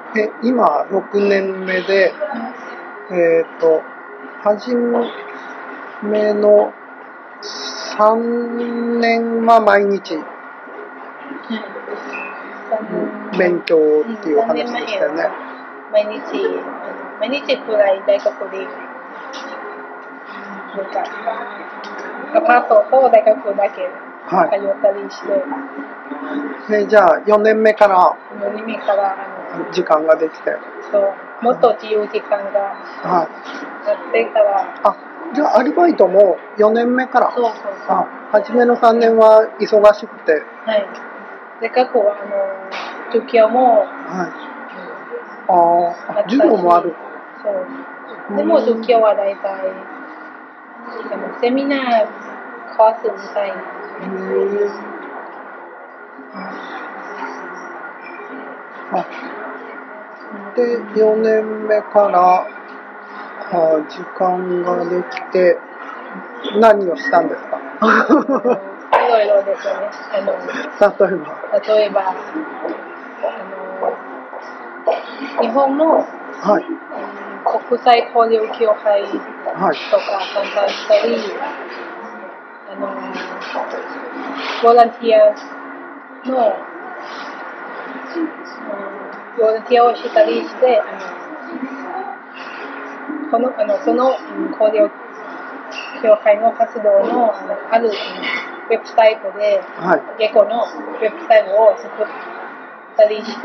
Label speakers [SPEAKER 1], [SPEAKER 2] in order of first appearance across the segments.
[SPEAKER 1] 今6年目で、初めの3年は毎日勉強っていう話でしたよね。
[SPEAKER 2] 毎日くらい大学でアパートと大学だけ通ったりして、
[SPEAKER 1] じゃあ4年目から時間ができて、
[SPEAKER 2] そうもっと自由時間があってから、
[SPEAKER 1] じゃあアルバイトも4年目から。
[SPEAKER 2] そう
[SPEAKER 1] 初めの3年は忙しくて、
[SPEAKER 2] で過去は授業も、
[SPEAKER 1] 授業もある。
[SPEAKER 2] そうでも授業は大体セミナーコースみたいな。
[SPEAKER 1] で4年目から時間ができて何をしたんですか？
[SPEAKER 2] いろいろですよね。例えば日本の、国際交流協会とか参加したり、ボランティアをしたりして、その交流協会の活動のあるウェブサイトで、エコのウェブサイトを作ったりして。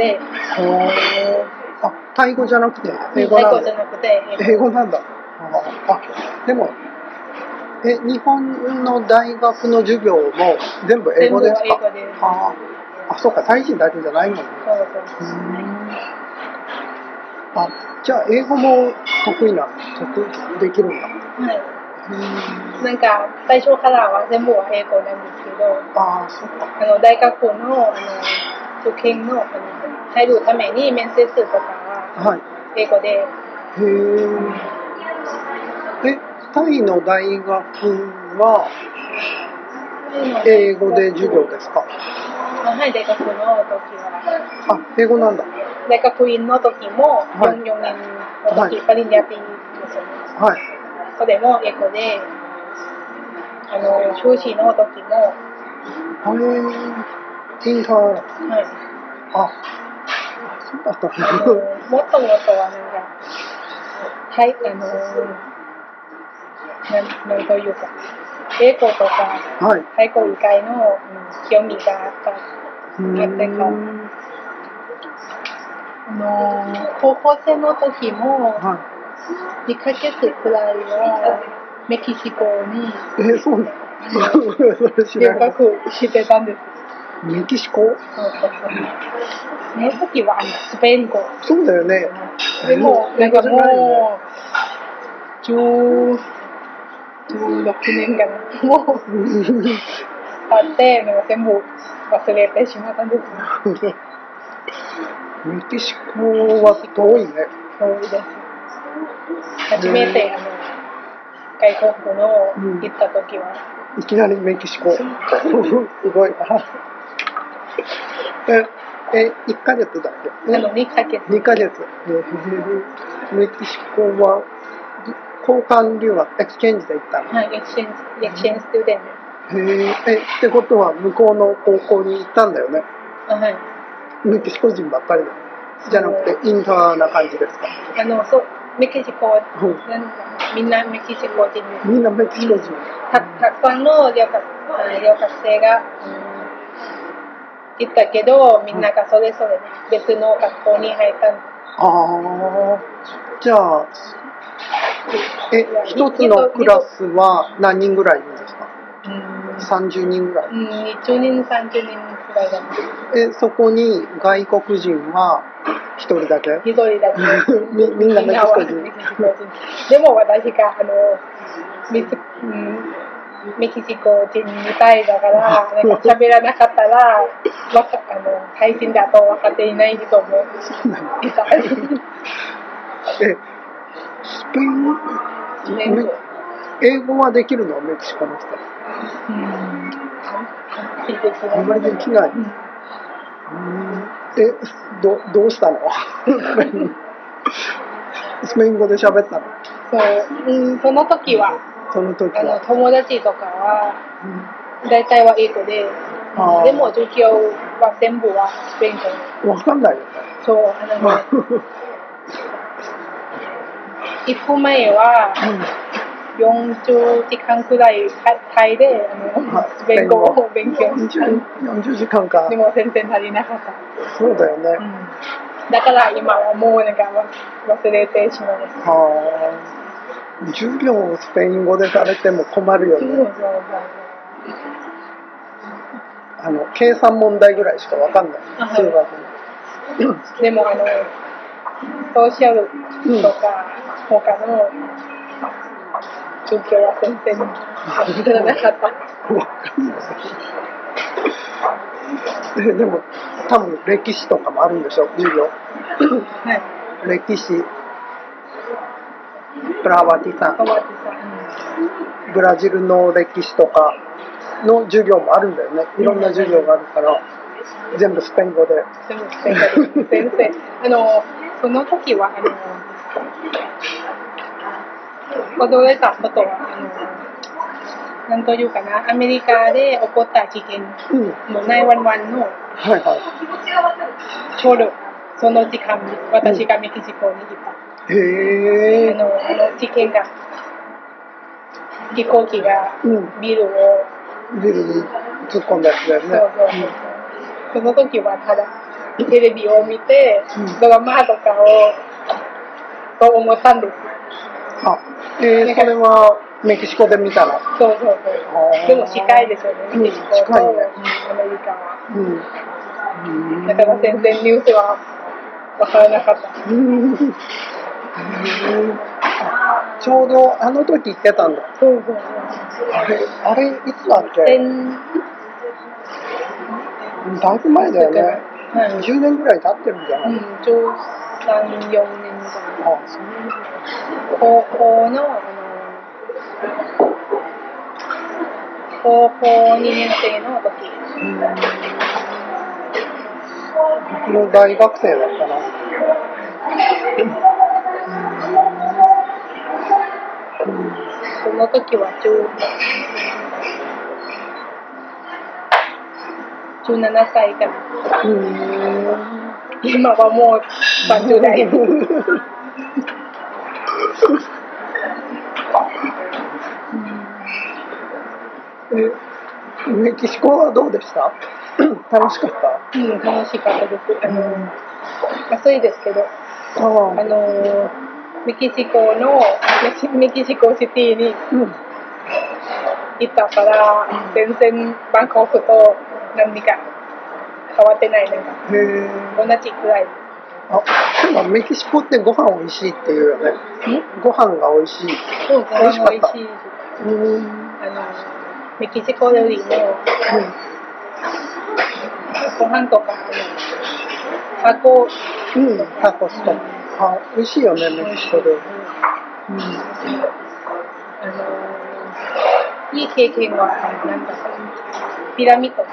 [SPEAKER 1] タイ語じゃなくて英語なんだ。でも日本の大学の授業も全部英語ですか？
[SPEAKER 2] 全部英語です。
[SPEAKER 1] そうか、タイ人だけじゃないもんね。じゃあ英語も得意できるんだ。
[SPEAKER 2] なんか最初からは全部は英語なんですけど、大学の受験の入るために面接とかは英語で。
[SPEAKER 1] タイの大学は英語で授業ですか？
[SPEAKER 2] 大学の時は。
[SPEAKER 1] 英語なんだ。
[SPEAKER 2] 大学院の時も4年の時、パリニャピですよね。それも英語で、修士の時も。
[SPEAKER 1] インター。そうだったんだ。
[SPEAKER 2] もっとはなんというか、英語とか、タイ語以外の興味があってから、高校生の時も、2ヶ月くらいはメキシコに留学してたんです。
[SPEAKER 1] メキシコ？
[SPEAKER 2] その時はスペイン語。
[SPEAKER 1] そうだよね。
[SPEAKER 2] でもなんかもう16年かな。もう経ってなんか全部忘れてしまったんです。
[SPEAKER 1] メキシコは遠いね。
[SPEAKER 2] 遠いです。初めて外国の行った時は、
[SPEAKER 1] いきなりメキシコ。すごいな。1ヶ月だっけ
[SPEAKER 2] ？2ヶ月。
[SPEAKER 1] 2ヶ月。メキシコは交換留学、エクスチェンジで行ったの？
[SPEAKER 2] エクスチェンジスチューデント。
[SPEAKER 1] ってことは向こうの高校に行ったんだよね。メキシコ人ばっかりだ。じゃなくてインターな感じですか？
[SPEAKER 2] そうメキシコ、みんなメキシコ人。
[SPEAKER 1] みんなメキシコ人。
[SPEAKER 2] たくさんの留学生が、行ったけど、みんながそれぞれ別の学校に入った。
[SPEAKER 1] じゃあ一つのクラスは何人ぐらいいるんですか？30人ぐらい。
[SPEAKER 2] 20人、30人ぐらいだね。
[SPEAKER 1] そこに外国人は1人だけ？
[SPEAKER 2] 1人だけ。
[SPEAKER 1] みんなメキシコ人。
[SPEAKER 2] でも私がメキシコ人みたいだから喋らなかったらタイ人だと分かっていない人もいた。
[SPEAKER 1] スペイン英語はできるの？メキシコの人。あんまりできない。 どうしたの？スペイン語で喋ったの？
[SPEAKER 2] そう、その時は友達とかは大体は英語で、でも授業は全部はスペイン語。
[SPEAKER 1] わかんないよね。
[SPEAKER 2] そう、行く前は40時間くらいタイでスペイン語を勉強した。
[SPEAKER 1] 40時間か。
[SPEAKER 2] でも全然足りなかった。
[SPEAKER 1] そうだよね。
[SPEAKER 2] だから今はもうなんか忘れてしまいました。
[SPEAKER 1] 授業をスペイン語でされても困るよね。計算問題ぐらいしかわかんない。数学の。
[SPEAKER 2] でもソーシャルとか他の授業は全然知らなかった。
[SPEAKER 1] でも多分歴史とかもあるんでしょ、授業。
[SPEAKER 2] はい。
[SPEAKER 1] 歴史、プラワティさん、ブラジルの歴史とかの授業もあるんだよね。いろんな授業があるから全部スペイン語で。
[SPEAKER 2] 全部スペイン語で。先生、その時は驚いたことはなんというかな、アメリカで起こった事件の911のちょうどその時間に私がメキシコにいた。事件が飛行機がビル
[SPEAKER 1] に突っ込んだやつだよね。
[SPEAKER 2] その時はただテレビを見て、ドラマとかと思ったんです。
[SPEAKER 1] それはメキシコで見たの？
[SPEAKER 2] そう。でも近いですよね、メキシコとアメリカは。だから全然ニュースは分からなかった。
[SPEAKER 1] ちょうどあの時行ってたんだ。
[SPEAKER 2] そう。
[SPEAKER 1] あれいつだっけ？だいぶ前だよね。20年ぐらい経ってるんじゃない？
[SPEAKER 2] 13、4年じゃない。高校2年生の時。
[SPEAKER 1] 僕も大学生だったな。
[SPEAKER 2] その時は17歳かな。今はもう30代。
[SPEAKER 1] メキシコはどうでした？楽しかった？
[SPEAKER 2] 楽しかったです。暑いですけど、メキシコシティに行ったから、全然バンコクと何か変わってないね。同じくらい。
[SPEAKER 1] メキシコってご飯美味しいっていうよね。ご飯が美味しい。
[SPEAKER 2] そう、ご飯美味しい。メキシコ料理のご飯とかタコスとか
[SPEAKER 1] 美味しいよね、メキシコ料理。
[SPEAKER 2] いい経験はなんだかピラミッド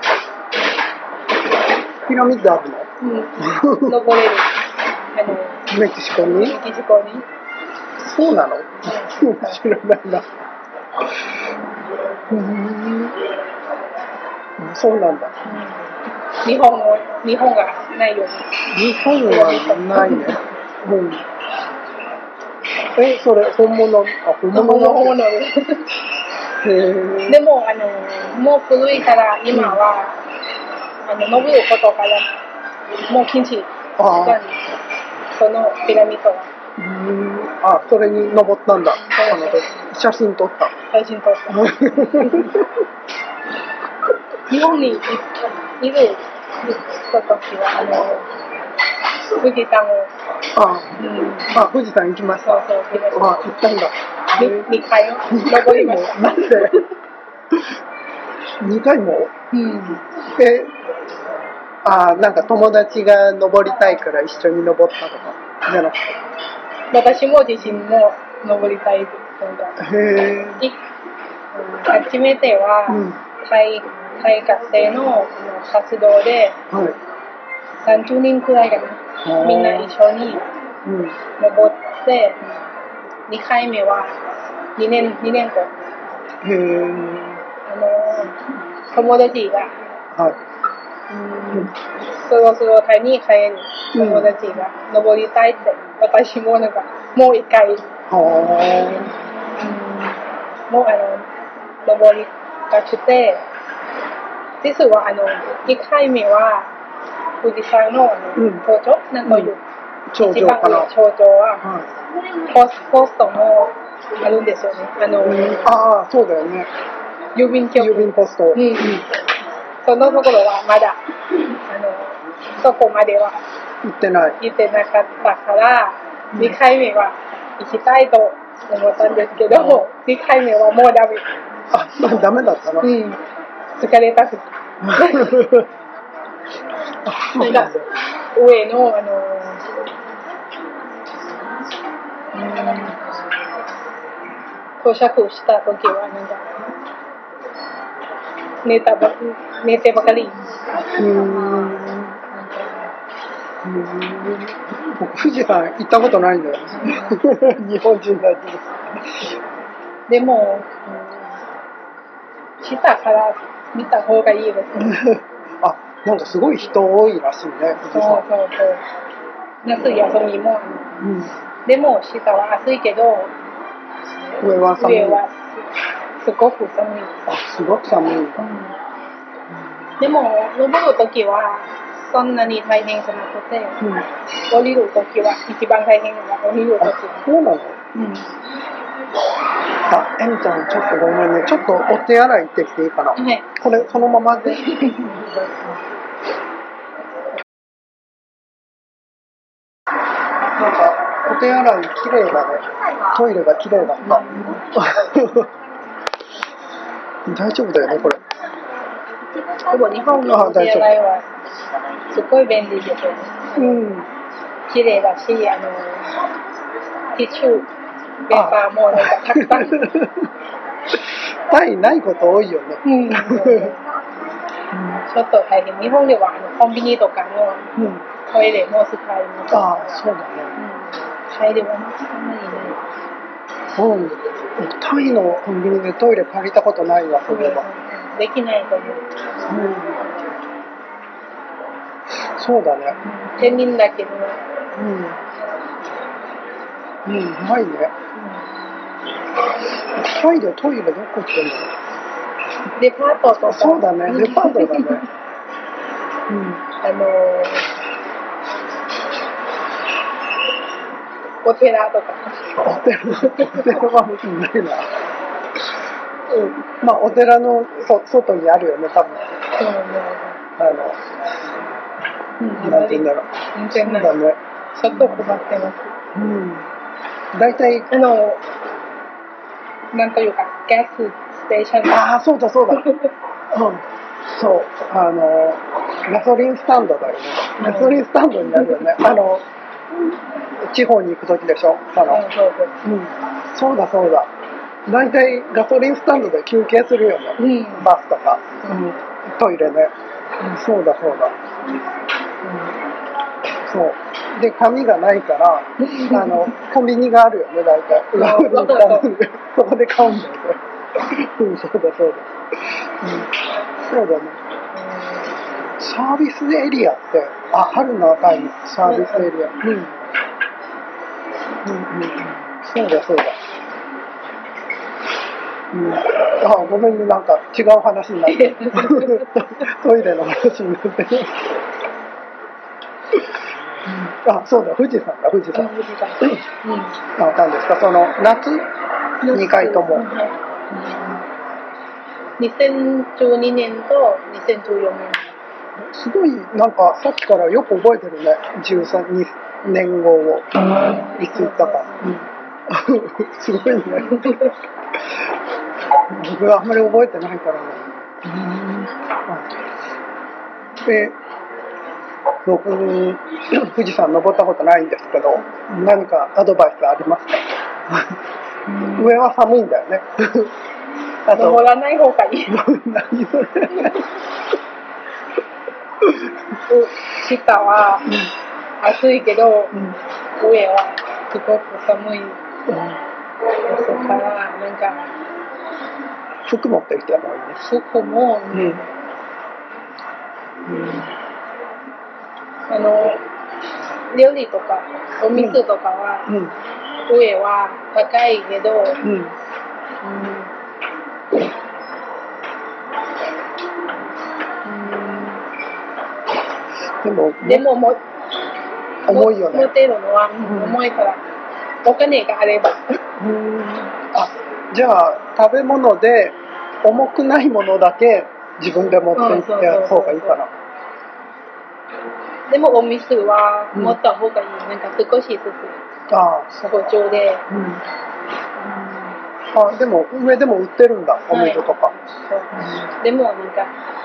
[SPEAKER 1] あるの？
[SPEAKER 2] 登れる。
[SPEAKER 1] メキシコに？そうなの？知らないな。そうなんだ。
[SPEAKER 2] 日本がないよね。
[SPEAKER 1] 日本はないね。それ本物？本物
[SPEAKER 2] です。でももう古いから今は登ることからもう禁止。そのピラミッドは。
[SPEAKER 1] それに登ったんだ。写真撮った。
[SPEAKER 2] 日本にいる人たちは富士山を。
[SPEAKER 1] 富士山行きました。行ったんだ。
[SPEAKER 2] 2回登りました。
[SPEAKER 1] なんで？2回も？なんか友達が登りたいから一緒に登ったとかじゃなくて。
[SPEAKER 2] 私も自身も登りたいです。初めては大学生の活動で、 30人くらいかな。みんな一緒に登って、2回目は2年後。
[SPEAKER 1] へえ。
[SPEAKER 2] 友達が、
[SPEAKER 1] はい。
[SPEAKER 2] そろそろタイに帰る友達が登りたいって、私もなんかもう一回、もう登りたくて、実は1回目は富士山の頂上なんかいう一番上頂上はポストもあるんですよね。
[SPEAKER 1] ああ、そうだよね。
[SPEAKER 2] 郵便
[SPEAKER 1] ポスト。
[SPEAKER 2] そのところはまだそこまでは
[SPEAKER 1] 行ってなか
[SPEAKER 2] ったから2回目は行きたいと思ったんですけど、2回目はもうダメ。
[SPEAKER 1] あ、ダメだったの？
[SPEAKER 2] 疲れたくて。なんか上の到着した時はなんか寝てばかり。
[SPEAKER 1] 僕富士山行ったことないんだよ。日本人だけど。
[SPEAKER 2] でも下から見た方がいいですね。
[SPEAKER 1] あ、なんかすごい人多いらしいね。
[SPEAKER 2] そう。夏休みも。でも下は暑いけど
[SPEAKER 1] 上は寒い。
[SPEAKER 2] すごく寒い。
[SPEAKER 1] あ、すごく寒いんだ。
[SPEAKER 2] でも登るときはそんなに大変じゃなくて、降りるときは一番大変な降りるとき。
[SPEAKER 1] そうなの？あ、エミちゃんちょっとごめんね。ちょっとお手洗い行ってきていいかな？これそのままで。なんかお手洗い綺麗だね。トイレが綺麗だった。大丈夫だよねこれ。
[SPEAKER 2] でも日本のお手洗いはすごい便利ですよね。綺麗だし、ティッシュペーパーもなんかたくさん。
[SPEAKER 1] タイないこと多いよね。
[SPEAKER 2] ちょっと大変。日本ではコンビニとかのトイレも使います。
[SPEAKER 1] ああ、そうだね。
[SPEAKER 2] タイではそんなにない。
[SPEAKER 1] タイのコンビニでトイレ借りたことないわ、それは。
[SPEAKER 2] できないと思う。
[SPEAKER 1] そうだね。
[SPEAKER 2] 県民だけど。
[SPEAKER 1] うまいね。タイでトイレどこ行ってんの？
[SPEAKER 2] デパートとか。
[SPEAKER 1] そうだね、デパートだね。
[SPEAKER 2] お寺とか。
[SPEAKER 1] お寺はないな。まあお寺の外にあるよね、多分。なんて言うんだろう。
[SPEAKER 2] 全然ない。
[SPEAKER 1] そうだね。
[SPEAKER 2] ちょっと困ってます。
[SPEAKER 1] 大体
[SPEAKER 2] なんというかガスステーション。
[SPEAKER 1] ああ、そうだ。そう、ガソリンスタンドだよね。ガソリンスタンドになるよね。地方に行くときでしょ。そうだ。大体ガソリンスタンドで休憩するよね。バスとか、トイレね。そうだ。そうで紙がないからコンビニがあるよね、大体。そこで買うんだよね。そうだ。そうだね。サービスエリアって春の赤いサービスエリア。そうだ。ごめんね、なんか違う話になってトイレの話になってそうだ、富士山。何ですか、その夏2回とも。
[SPEAKER 2] 2012年と2014年。
[SPEAKER 1] すごいなんかさっきからよく覚えてるね。13年後をいつ行ったか。すごいね。僕はあんまり覚えてないからね。僕富士山登ったことないんですけど、何かアドバイスありますか？上は寒いんだよね。
[SPEAKER 2] 登らない方がいい。
[SPEAKER 1] 何それ。
[SPEAKER 2] 下は暑いけど、上はすごく寒いですから、なんか
[SPEAKER 1] 服持ってきた方がいいね。
[SPEAKER 2] 服も、料理とかお水とかは、上は高いけど、でも
[SPEAKER 1] 重いよね。
[SPEAKER 2] 持てるのは、重いからお金があれば。
[SPEAKER 1] じゃあ食べ物で重くないものだけ自分で持っていってやる方がいいかな。
[SPEAKER 2] でもお水は持った方がいい。なんか少しずつ包丁で。
[SPEAKER 1] でも上でも売ってるんだ、お水とか。
[SPEAKER 2] でもなんか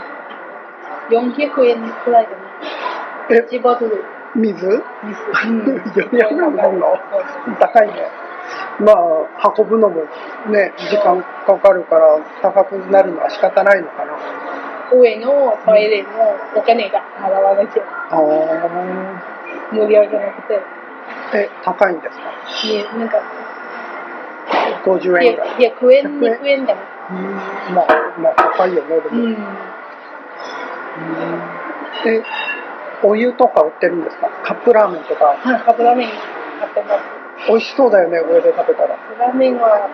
[SPEAKER 2] 400円くらいでね。1ボトル。
[SPEAKER 1] 水400円もするの？高いね。まあ運ぶのもね時間かかるから高くなるのは仕方ないのかな。
[SPEAKER 2] 上のトイレのお金が払わなきゃ。無料じゃなくて。
[SPEAKER 1] 高いんですか？
[SPEAKER 2] なんか
[SPEAKER 1] 50円ぐらい。
[SPEAKER 2] 100円、200円でも。
[SPEAKER 1] まあ高いよねでも。お湯とか売ってるんですか？カップラーメンとか。
[SPEAKER 2] カップラーメン買ってます。
[SPEAKER 1] 美味しそうだよね、上で食べたら。
[SPEAKER 2] ラーメンは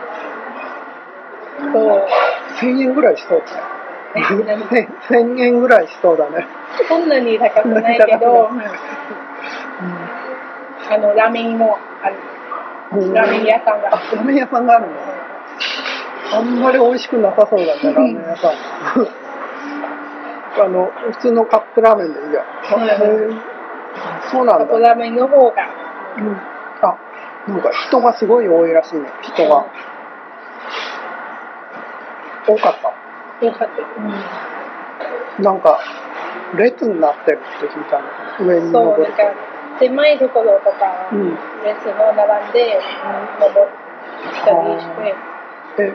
[SPEAKER 1] 1000円ぐらいしそうだね。1000円ぐらいしそうだね。
[SPEAKER 2] そんなに高くないけど、ラーメンもある。ラーメン屋さんが。
[SPEAKER 1] ラーメン屋さんがあるの？あんまり美味しくなさそうだね、ラーメン屋さん。普通のカップラーメンでいいや。そうなんだ。
[SPEAKER 2] カップラーメンの方が。
[SPEAKER 1] なんか人がすごい多いらしいね、人が。多かった。なんか、列になってるって聞いたの。上に登る。
[SPEAKER 2] そう、なんか、狭いところとか、列の並んで、登ったりして。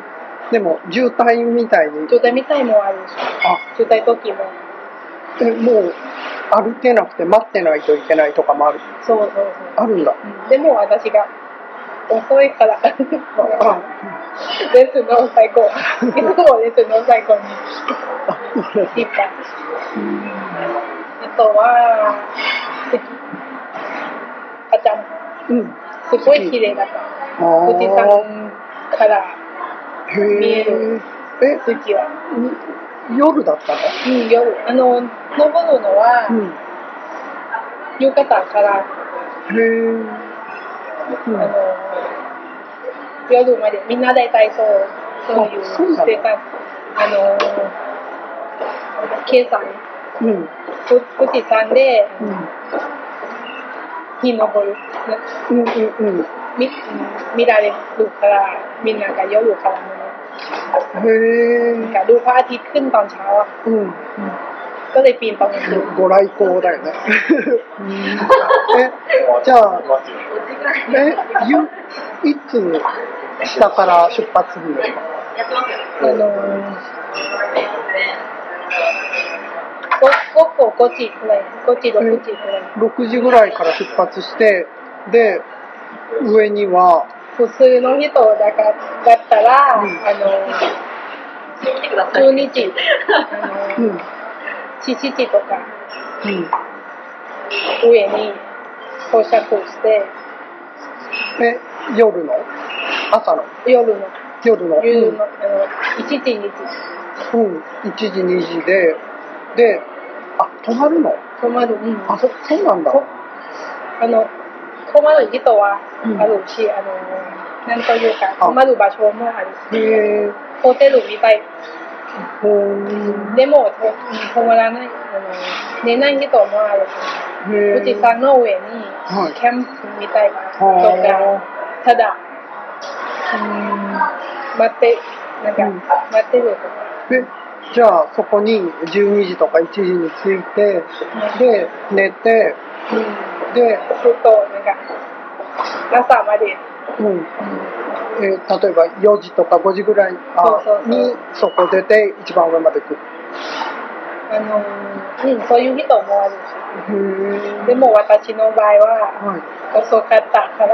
[SPEAKER 1] でも、渋滞みたいに。
[SPEAKER 2] 渋滞みたいもあるし。渋滞時も。
[SPEAKER 1] もう、歩けなくて待ってないといけないとかもある。
[SPEAKER 2] そう。
[SPEAKER 1] あるんだ。
[SPEAKER 2] でも私が遅いから。列の最後。いつも列の最後に。いっぱい。あとは、あちゃん。すごい綺麗だった。富士山から見える月は。
[SPEAKER 1] 夜だったの？
[SPEAKER 2] 夜。登るのは、夕方から。夜までみんな大体そういう生活計算、富士山で日登る、見られるからみんなが夜からなんかดูพระอาทิตย์ขึ้นตอนเช้าก็เลยปีนตอนกลางคืน
[SPEAKER 1] ご来光だよね。じゃあいつ下から出発するんですか？
[SPEAKER 2] 5時くらい、6時くらい。
[SPEAKER 1] 6時ぐらいから出発して、で、上には
[SPEAKER 2] 普通の人だったら、12時、7時とか、上に到着して、
[SPEAKER 1] 夜の？朝の？夜の
[SPEAKER 2] 1時、2時。
[SPEAKER 1] 1時、2時で、泊まるの？
[SPEAKER 2] 泊まる。
[SPEAKER 1] そうなんだ。
[SPEAKER 2] 泊まる人はあるし、なんというか、泊まる場所もあるし、ホテルみたい。でも、泊まらない、寝ない人もあるし、富士山の上にキャンプみたいとか、ただ、待ってるとか。
[SPEAKER 1] じゃあそこに12時とか1時に着いて、で寝て、で
[SPEAKER 2] ずっとなんか朝まで、
[SPEAKER 1] 例えば4時とか5時ぐらいにそこ出て一番上まで来る。
[SPEAKER 2] そういう人もあるし。でも私の場合は、遅かったから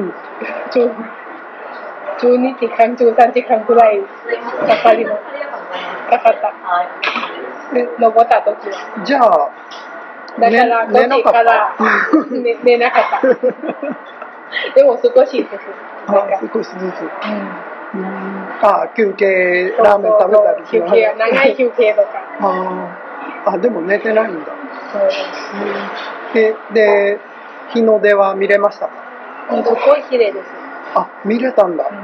[SPEAKER 2] 、12時間、13時間くらいかかった。登った時は。
[SPEAKER 1] じゃあ、
[SPEAKER 2] だから5時から寝なかった。でも少しずつ。
[SPEAKER 1] 少しずつ。休憩、ラーメン食べたり。
[SPEAKER 2] 休憩、長い休憩と
[SPEAKER 1] か。でも寝てないんだ。で、日の出は見れましたか？
[SPEAKER 2] すごい綺麗です。
[SPEAKER 1] 見れたんだ。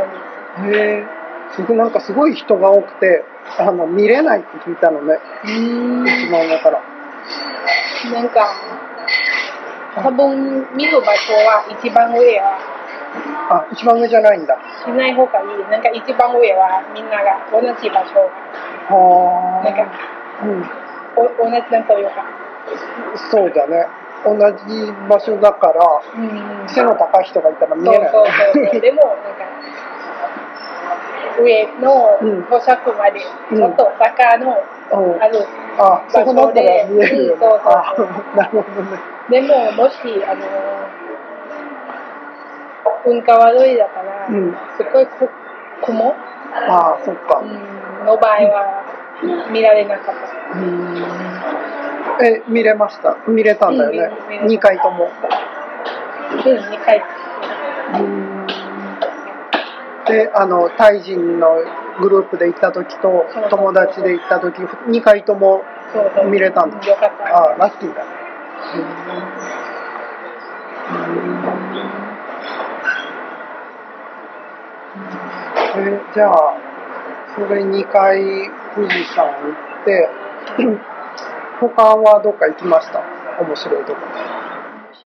[SPEAKER 1] なんかすごい人が多くて、見れないって聞いたのね。一番上から。
[SPEAKER 2] なんか、多分見る場所は一番上は。
[SPEAKER 1] 一番上じゃないんだ。
[SPEAKER 2] しない方がいい。なんか一番上はみんなが同じ場所。なんか、同じなんというか。
[SPEAKER 1] そうだね。同じ場所だから、背の高い人がいたら見えない。
[SPEAKER 2] そう。でも、なんか、上の土着まで、ちょっと坂のある場所で、
[SPEAKER 1] 見えるよね。なるほどね。
[SPEAKER 2] でも、もし、運が悪いだから、すごい雲
[SPEAKER 1] そっか。
[SPEAKER 2] の場合は見られなかった。
[SPEAKER 1] 見れました。見れたんだよね。2回とも。
[SPEAKER 2] 2回。
[SPEAKER 1] で、タイ人のグループで行った時と友達で行った時、2回とも見れたんだ。
[SPEAKER 2] よかった。
[SPEAKER 1] ラッキーだね。じゃあ、それ2回富士山行って、他はどっか行きました？面白いとこ。